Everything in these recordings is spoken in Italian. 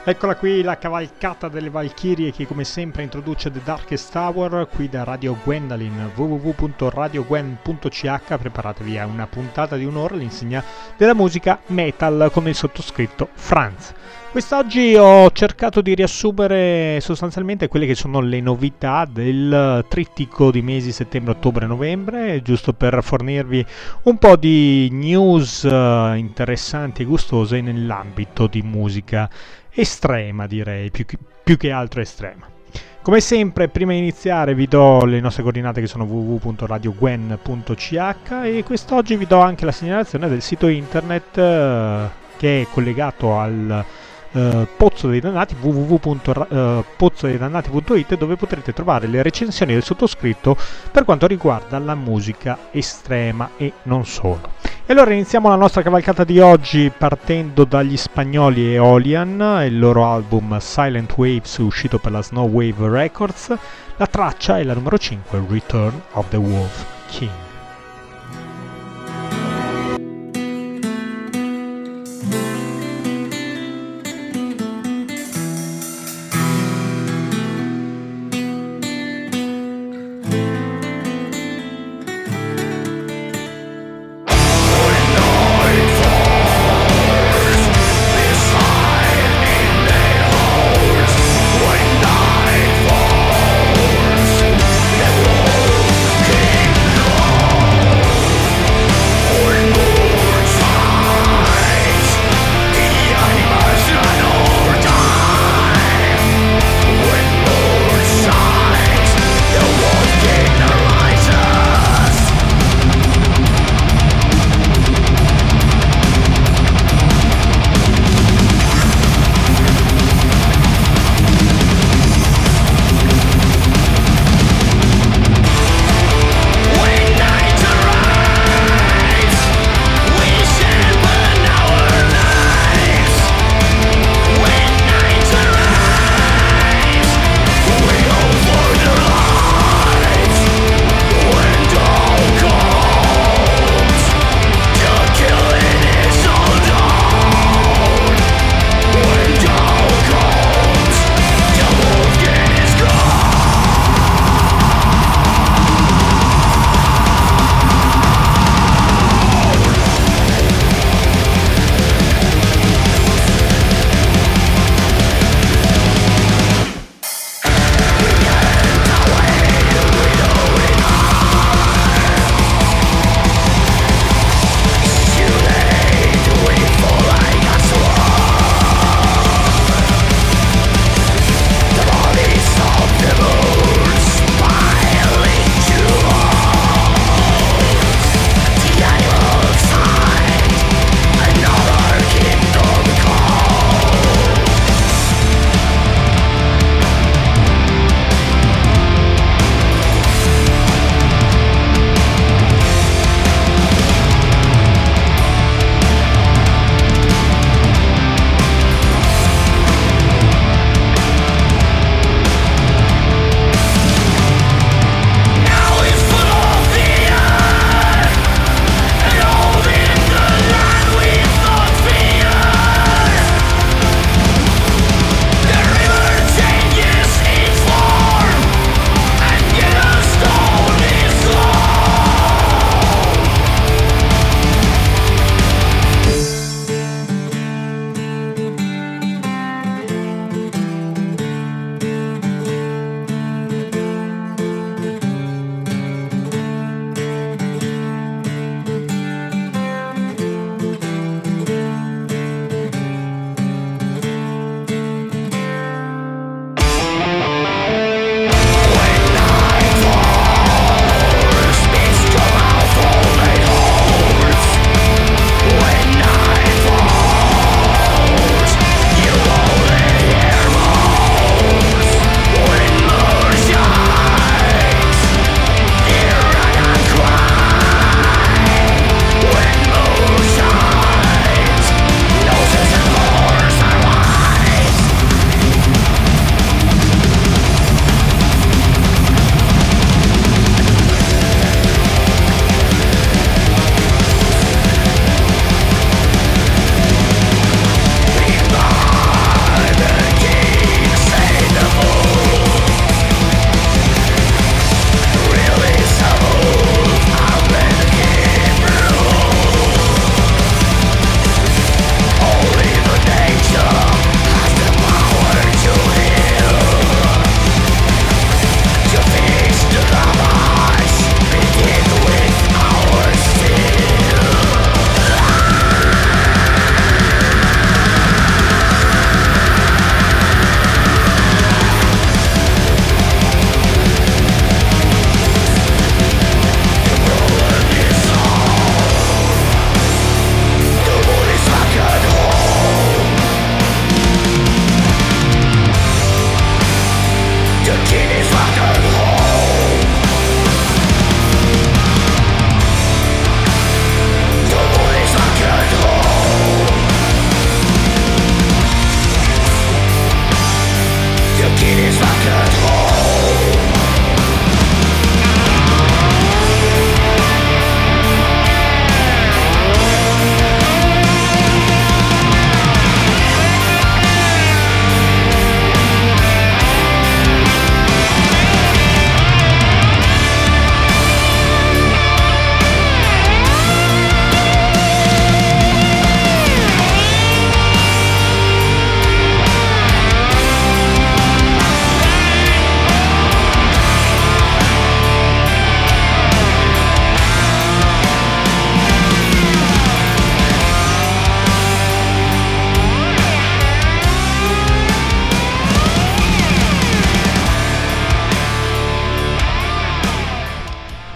Eccola qui la cavalcata delle Valchirie che come sempre introduce The Darkest Hour qui da Radio Gwendolyn, www.radiogwen.ch. Preparatevi a una puntata di un'ora all'insegna della musica metal con il sottoscritto Franz. Quest'oggi ho cercato di riassumere sostanzialmente quelle che sono le novità del trittico di mesi settembre, ottobre, novembre, giusto per fornirvi un po' di news interessanti e gustose nell'ambito di musica estrema, direi, più che altro estrema. Come sempre, prima di iniziare vi do le nostre coordinate che sono www.radiogwen.ch e quest'oggi vi do anche la segnalazione del sito internet che è collegato al Pozzo dei Dannati, www.pozzodeidannati.it, dove potrete trovare le recensioni del sottoscritto per quanto riguarda la musica estrema e non solo. E allora iniziamo la nostra cavalcata di oggi partendo dagli spagnoli Aeolian e il loro album Silent Waves uscito per la Snow Wave Records. La traccia è la numero 5, Return of the Wolf King.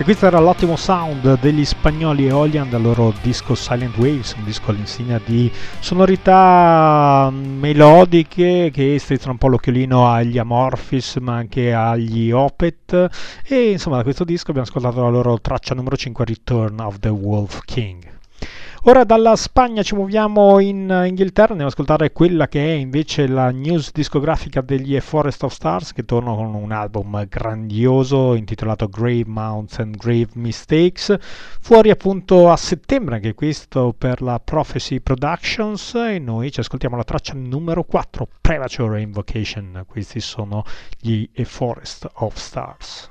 questo era l'ottimo sound degli spagnoli Eolian dal loro disco Silent Waves, un disco all'insegna di sonorità melodiche che strizzano un po' l'occhiolino agli Amorphis ma anche agli Opeth, e insomma da questo disco abbiamo ascoltato la loro traccia numero 5, Return of the Wolf King. Ora dalla Spagna ci muoviamo in Inghilterra, andiamo ad ascoltare quella che è invece la news discografica degli A Forest of Stars, che tornano con un album grandioso intitolato Grave Mounts and Grave Mistakes, fuori appunto a settembre anche questo per la Prophecy Productions, e noi ci ascoltiamo la traccia numero 4, Premature Invocation. Questi sono gli A Forest of Stars.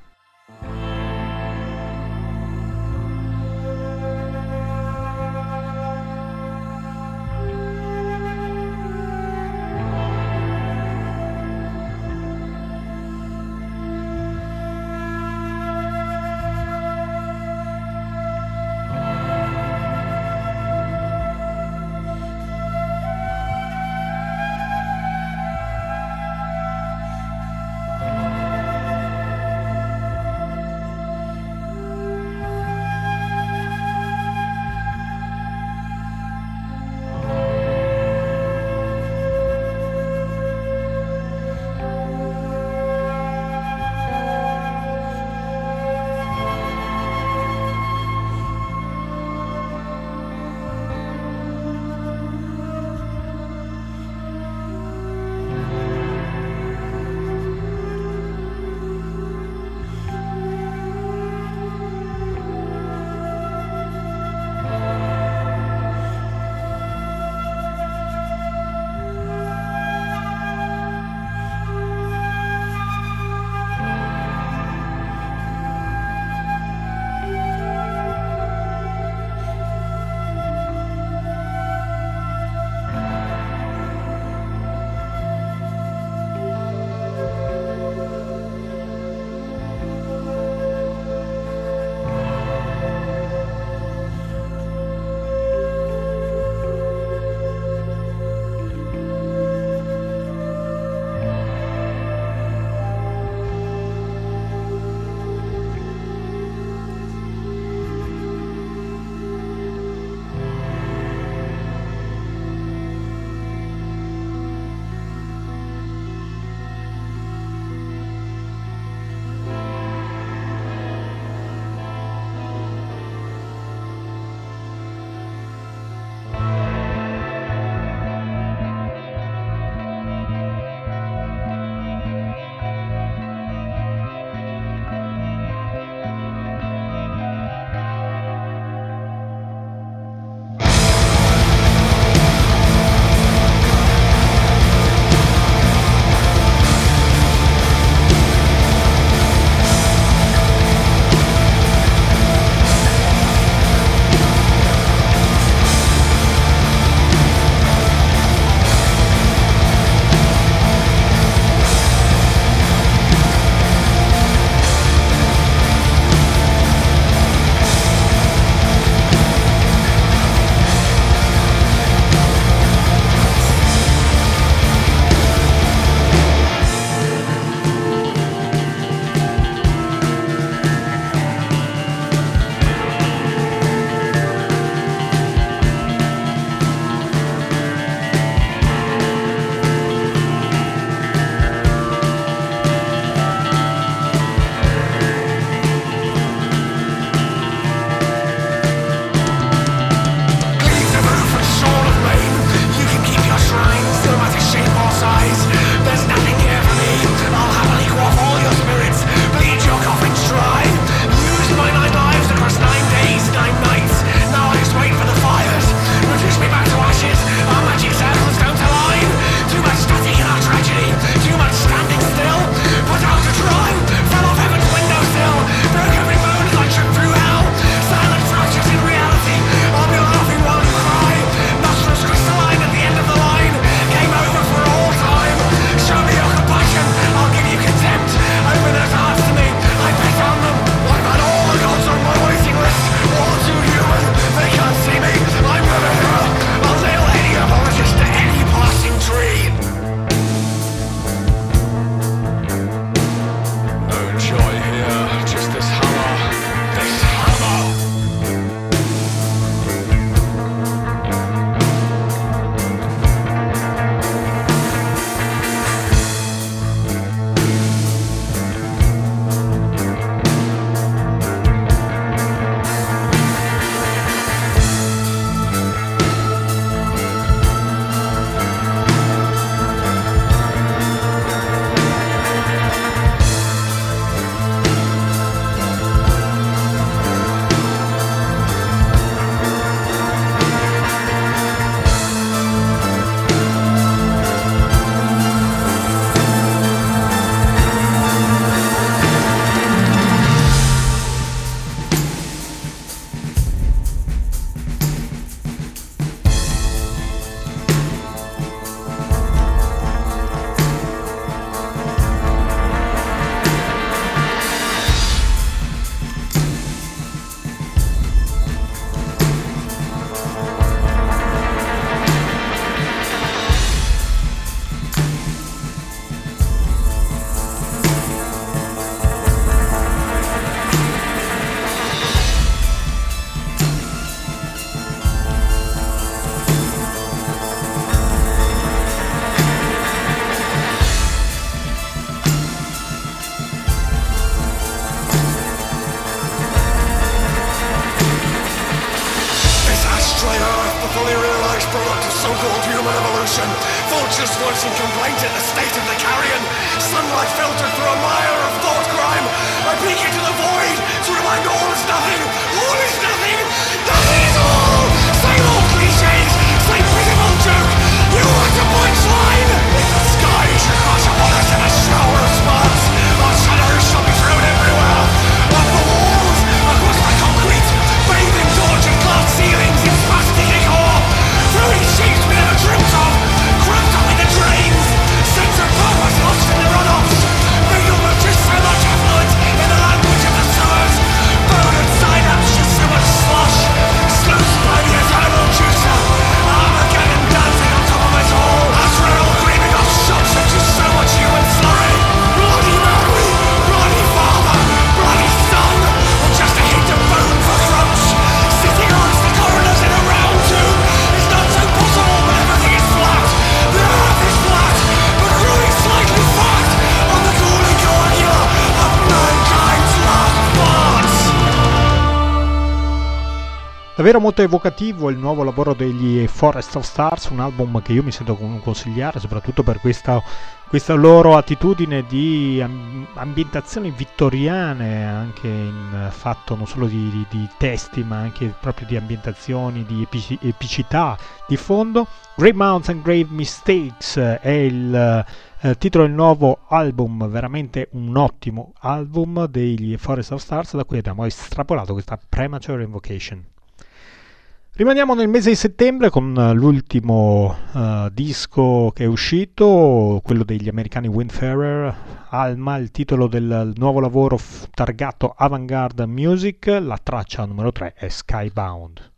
of evolution. Vultures voicing complaint at the state of the carrion. Sunlight filtered through a mire of thought crime. I peek into the void to remind all is nothing. All is nothing. Nothing is all. Same old cliches. Same pitiful joke. You want a punchline? If the sky should crash upon us in a shower of sparks, our shadows shall be thrown everywhere. Up the walls, across the concrete, bathing tortured glass ceilings in spastic ichor. Throwing shapes we never dreamt of, cramped up in the drains. Sense of purpose lost in the runoffs. Fatal with just so much effluent in the language of the sewers. Bone and synapse, just so much slush. Sluiced by the eternal juicer. Armageddon dancing on top of us all. Azrael screaming off shots of just so much human slurry. Bloody Mary, bloody Father, bloody Son, or just a hint of bone for crunch. Sitting amongst the coroners in a round tomb is not so possible when everything is flat. The earth is flat, but growing slightly fat on the cooling coagula of mankind's last parts. Davvero molto evocativo il nuovo lavoro degli Forest of Stars, un album che io mi sento consigliare soprattutto per questa loro attitudine di ambientazioni vittoriane, anche in fatto non solo di testi ma anche proprio di ambientazioni, di epicità di fondo. Grave Mounts and Grave Mistakes è il titolo del nuovo album, veramente un ottimo album degli Forest of Stars, da cui abbiamo estrapolato questa Premature Invocation. Rimaniamo nel mese di settembre con l'ultimo disco che è uscito, quello degli americani Windfarer, Alma, il titolo del nuovo lavoro targato Avant-Garde Music, la traccia numero 3 è Skybound.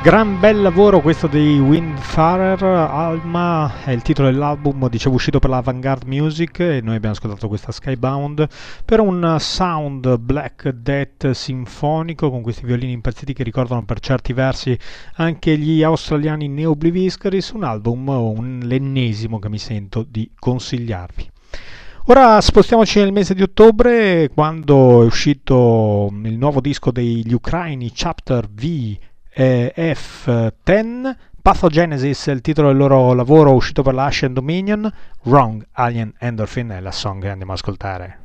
Gran bel lavoro questo di Windfarer. Alma è il titolo dell'album, dicevo, uscito per la Vanguard Music, e noi abbiamo ascoltato questa Skybound per un sound Black Death sinfonico con questi violini impazziti che ricordano per certi versi anche gli australiani Neobliviscaris, un album, l'ennesimo che mi sento di consigliarvi. Ora spostiamoci nel mese di ottobre, quando è uscito il nuovo disco degli ucraini Chapter F10. Pathogenesis è il titolo del loro lavoro uscito per la Ashen Dominion. Wrong Alien Endorphin è la song che andiamo ad ascoltare.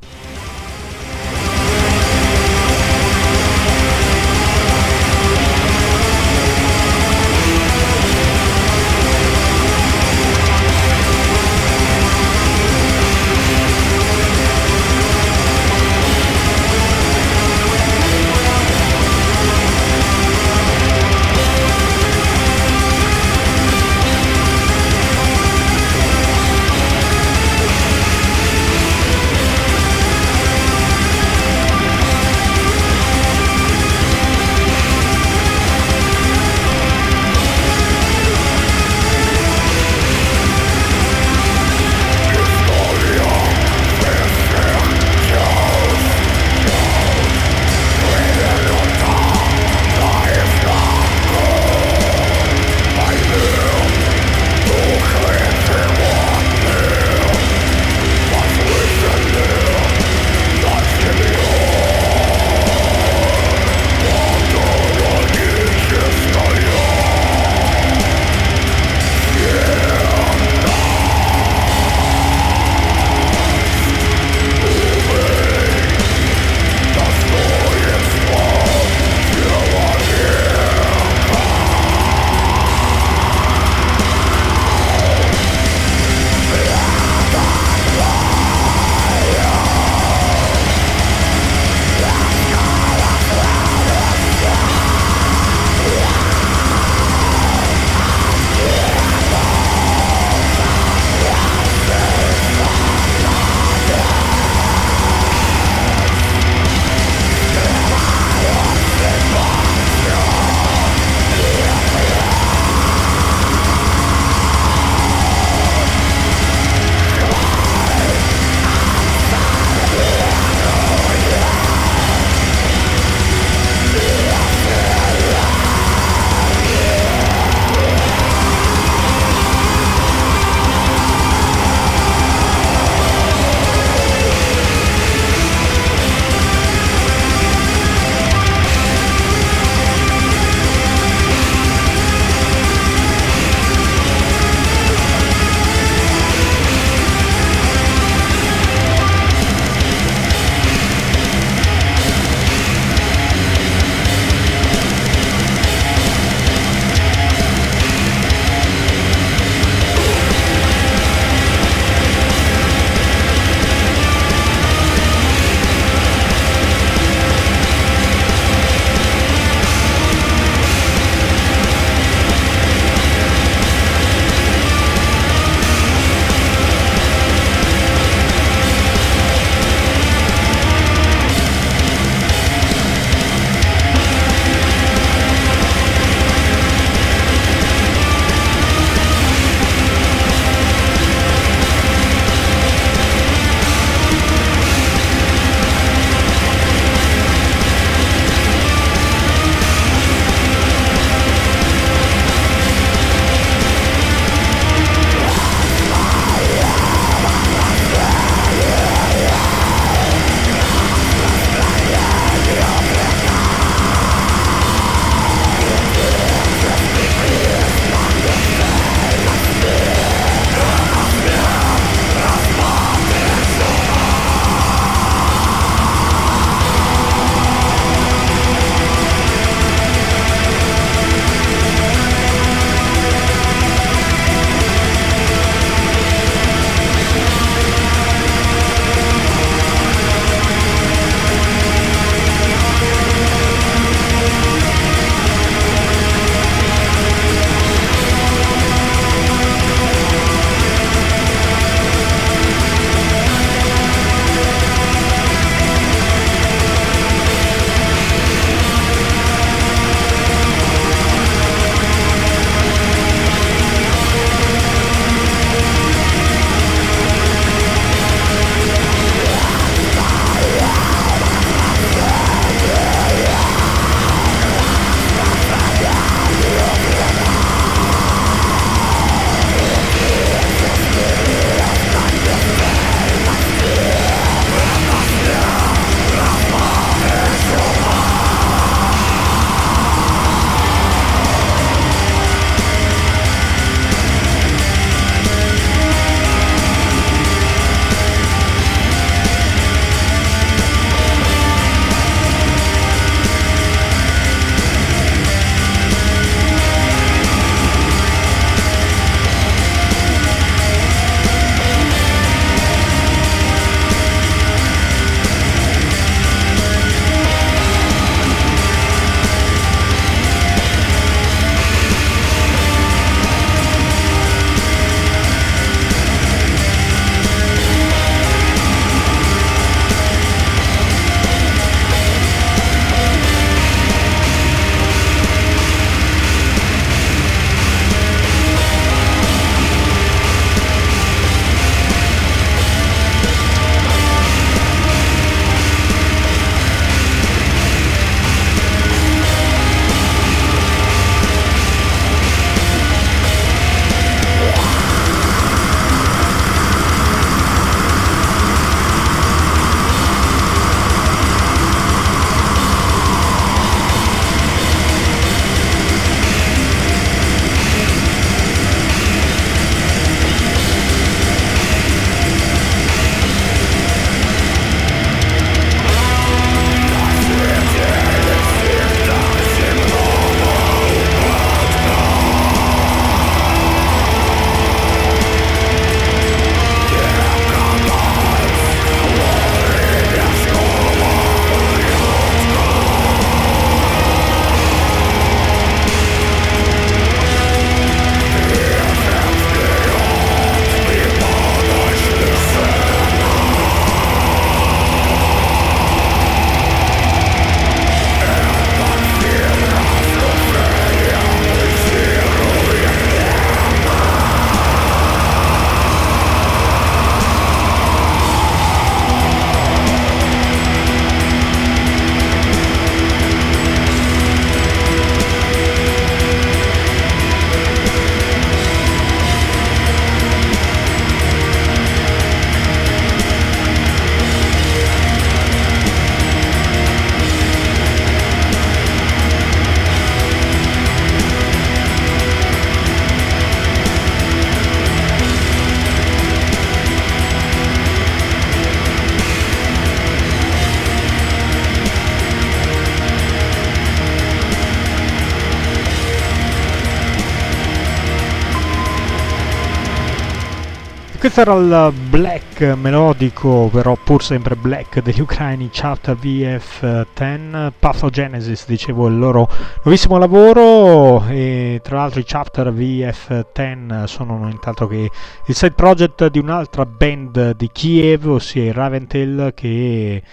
Questo era il black melodico, però pur sempre black, degli ucraini Chapter VF10, Pathogenesis, dicevo, il loro nuovissimo lavoro. E tra l'altro i Chapter VF10 sono nient'altro che il side project di un'altra band di Kiev, ossia i Raventail, che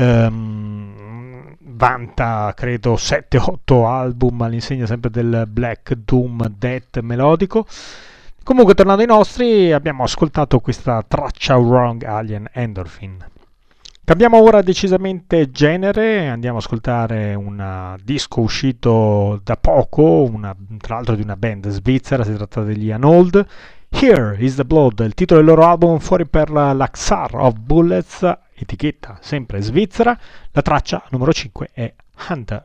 vanta credo 7-8 album all'insegna sempre del black doom death melodico. Comunque, tornando ai nostri, abbiamo ascoltato questa traccia Wrong Alien Endorphin. Cambiamo ora decisamente genere, andiamo ad ascoltare un disco uscito da poco, tra l'altro di una band svizzera, si tratta degli Anold. Here is the Blood, il titolo del loro album fuori per la Xar of Bullets, etichetta sempre svizzera. La traccia numero 5 è Hunter.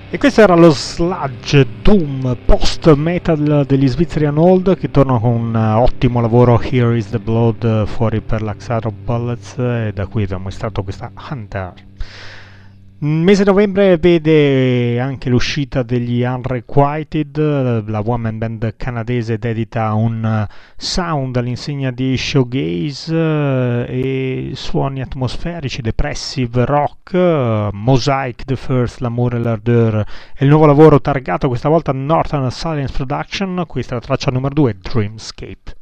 E questo era lo sludge doom post metal degli Svizzerian Old, che tornano con un ottimo lavoro Here Is The Blood, fuori per l'Axaro Bullets, e da cui abbiamo estratto questa Hunter. Il mese di novembre vede anche l'uscita degli Unrequited, la woman band canadese dedita un sound all'insegna di shoegaze e suoni atmosferici, depressive rock. Mosaic, The First, L'amour et l'ardeur è il nuovo lavoro targato questa volta Northern Silence Production. Questa è la traccia numero 2, Dreamscape.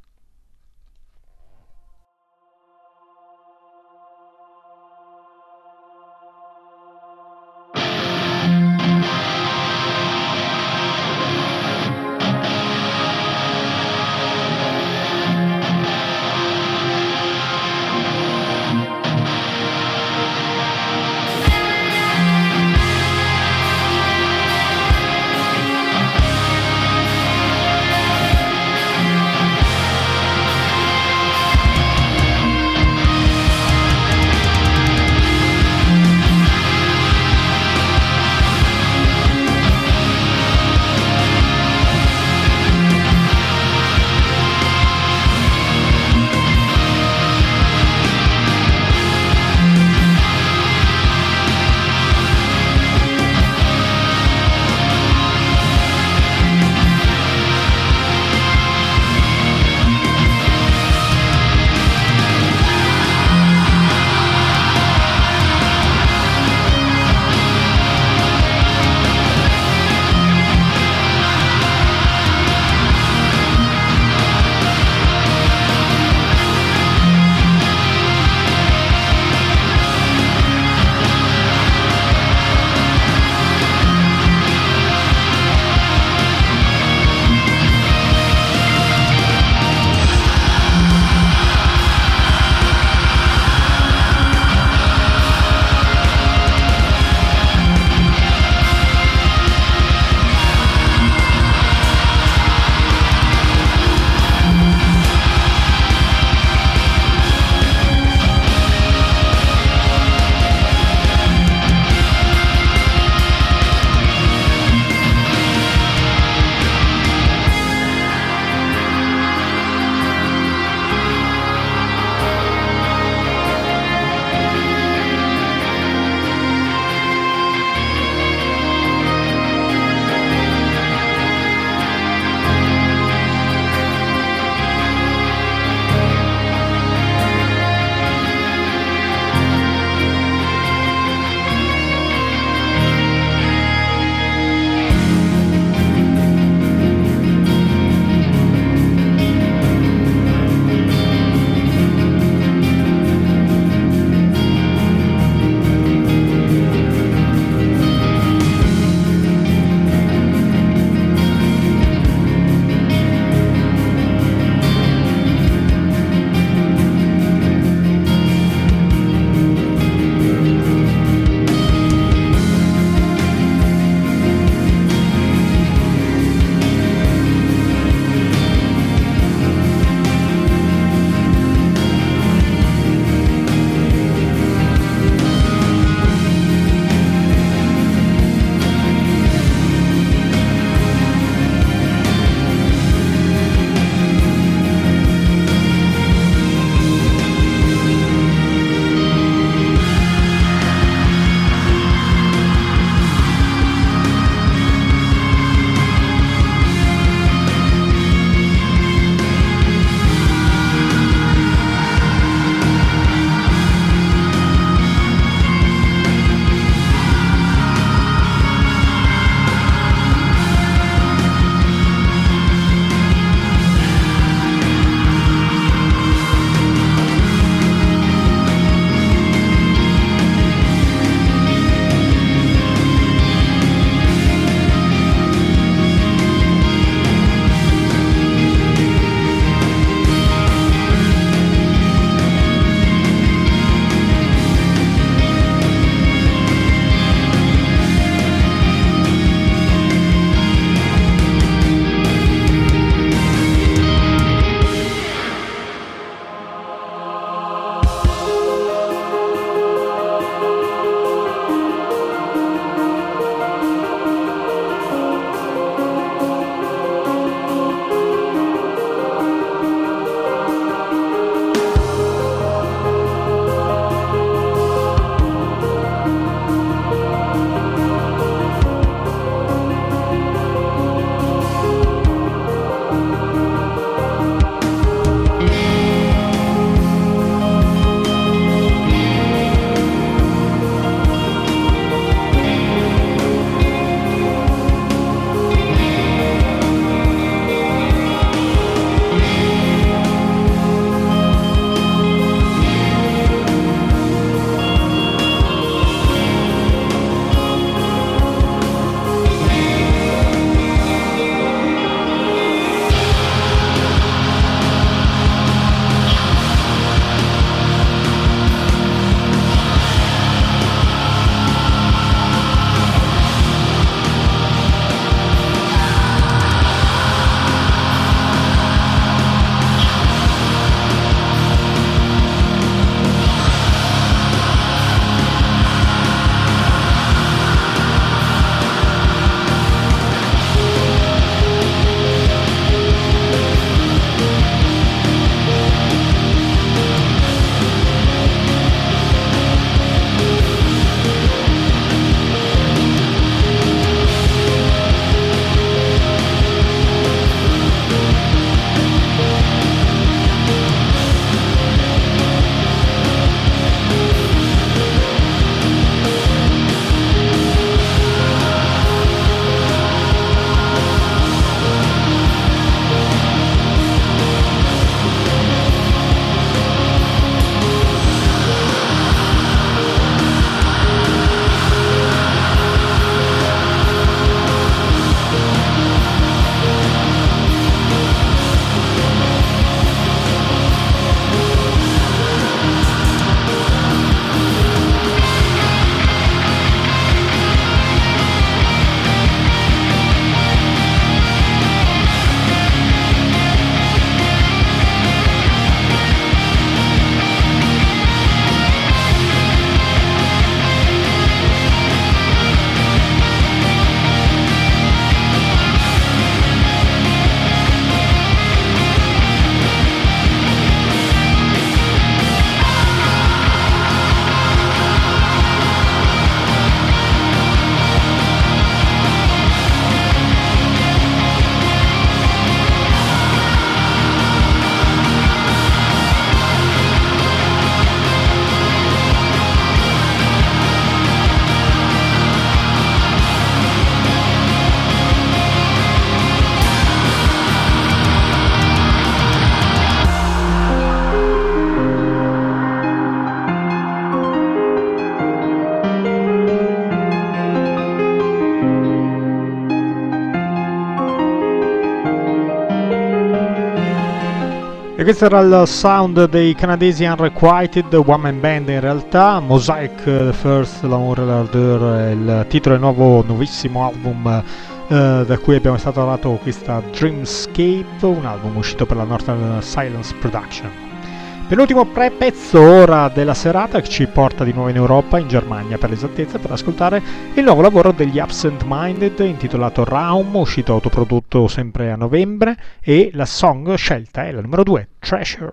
questo era il sound dei canadesi Unrequited, one man band in realtà. Mosaic, The First, L'Amour et l'Ardeur è il titolo del nuovissimo album da cui abbiamo estratto questa Dreamscape, un album uscito per la Northern Silence Production. Penultimo pezzo ora della serata che ci porta di nuovo in Europa, in Germania per l'esattezza, per ascoltare il nuovo lavoro degli Absent Minded intitolato Raum, uscito autoprodotto sempre a novembre, e la song scelta è la numero 2, Treasure.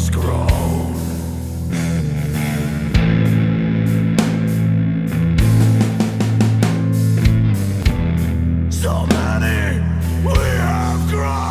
has grown. So many we have grown.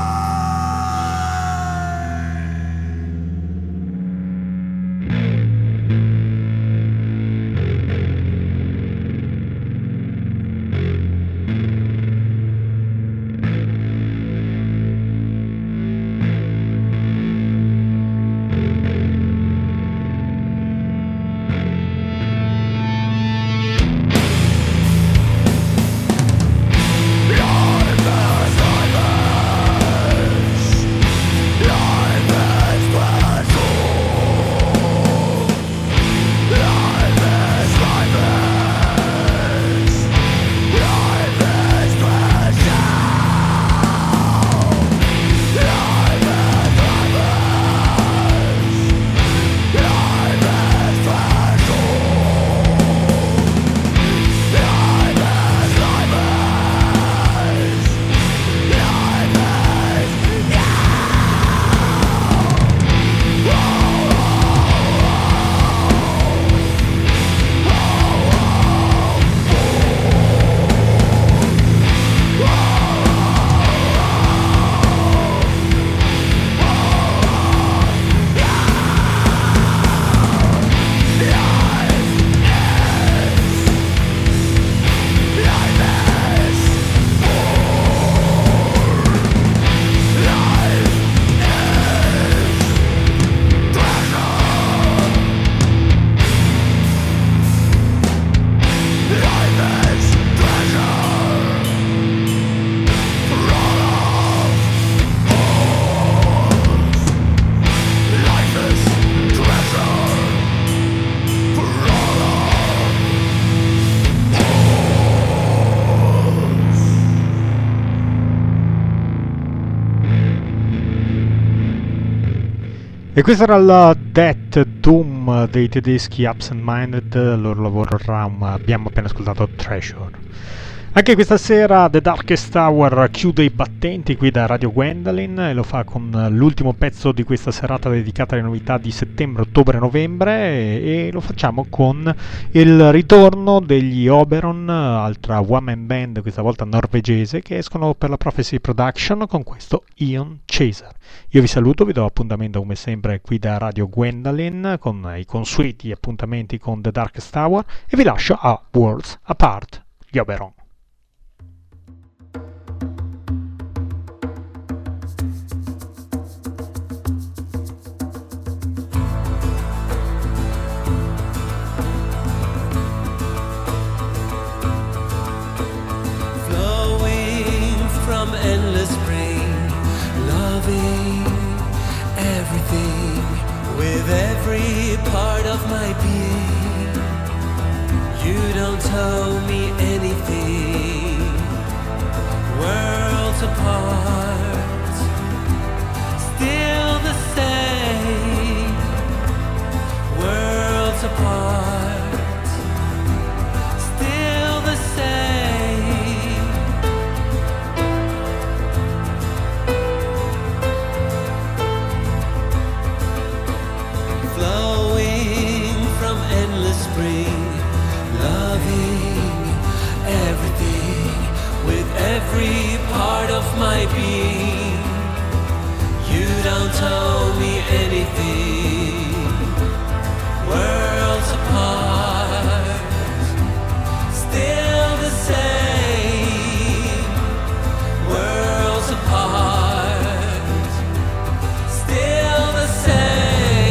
E questo era il Death Doom dei tedeschi Absent Minded, il loro lavoro RAM. Abbiamo appena ascoltato Treasure. Anche questa sera The Darkest Hour chiude i battenti qui da Radio Gwendolyn e lo fa con l'ultimo pezzo di questa serata dedicata alle novità di settembre, ottobre e novembre, e lo facciamo con il ritorno degli Oberon, altra one man band questa volta norvegese, che escono per la Prophecy Production con questo Ion Chaser. Io vi saluto, vi do appuntamento come sempre qui da Radio Gwendolyn con i consueti appuntamenti con The Darkest Hour e vi lascio a Worlds Apart, gli Oberon. Endless rain, loving everything with every part of my being. You don't owe me anything. Worlds apart, still the same. Worlds apart, still the same. Loving everything with every part of my being. You don't owe me anything. Worlds apart, still the same. Worlds apart, still the same.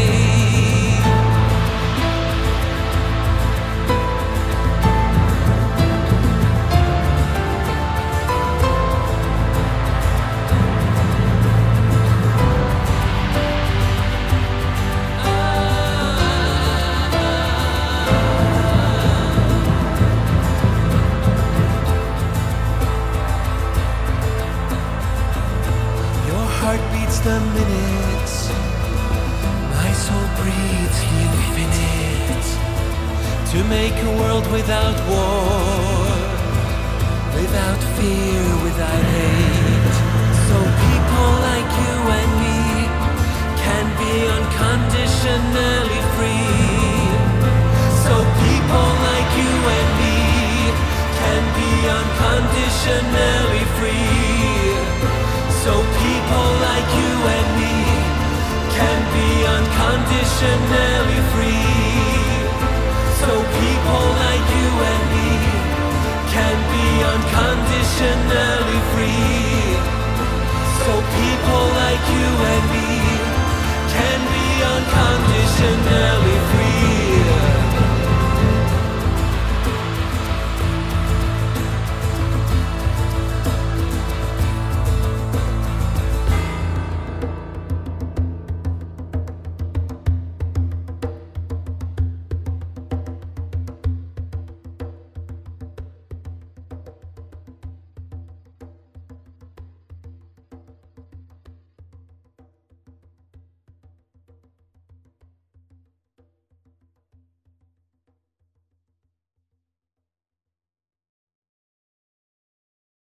The minutes my soul breathes infinite to make a world without war, without fear, without hate, so people like you and me can be unconditionally free. So people like you and me can be unconditionally free. So people like you and me can be unconditionally free. So people like you and me can be unconditionally free. So people like you and me can be unconditionally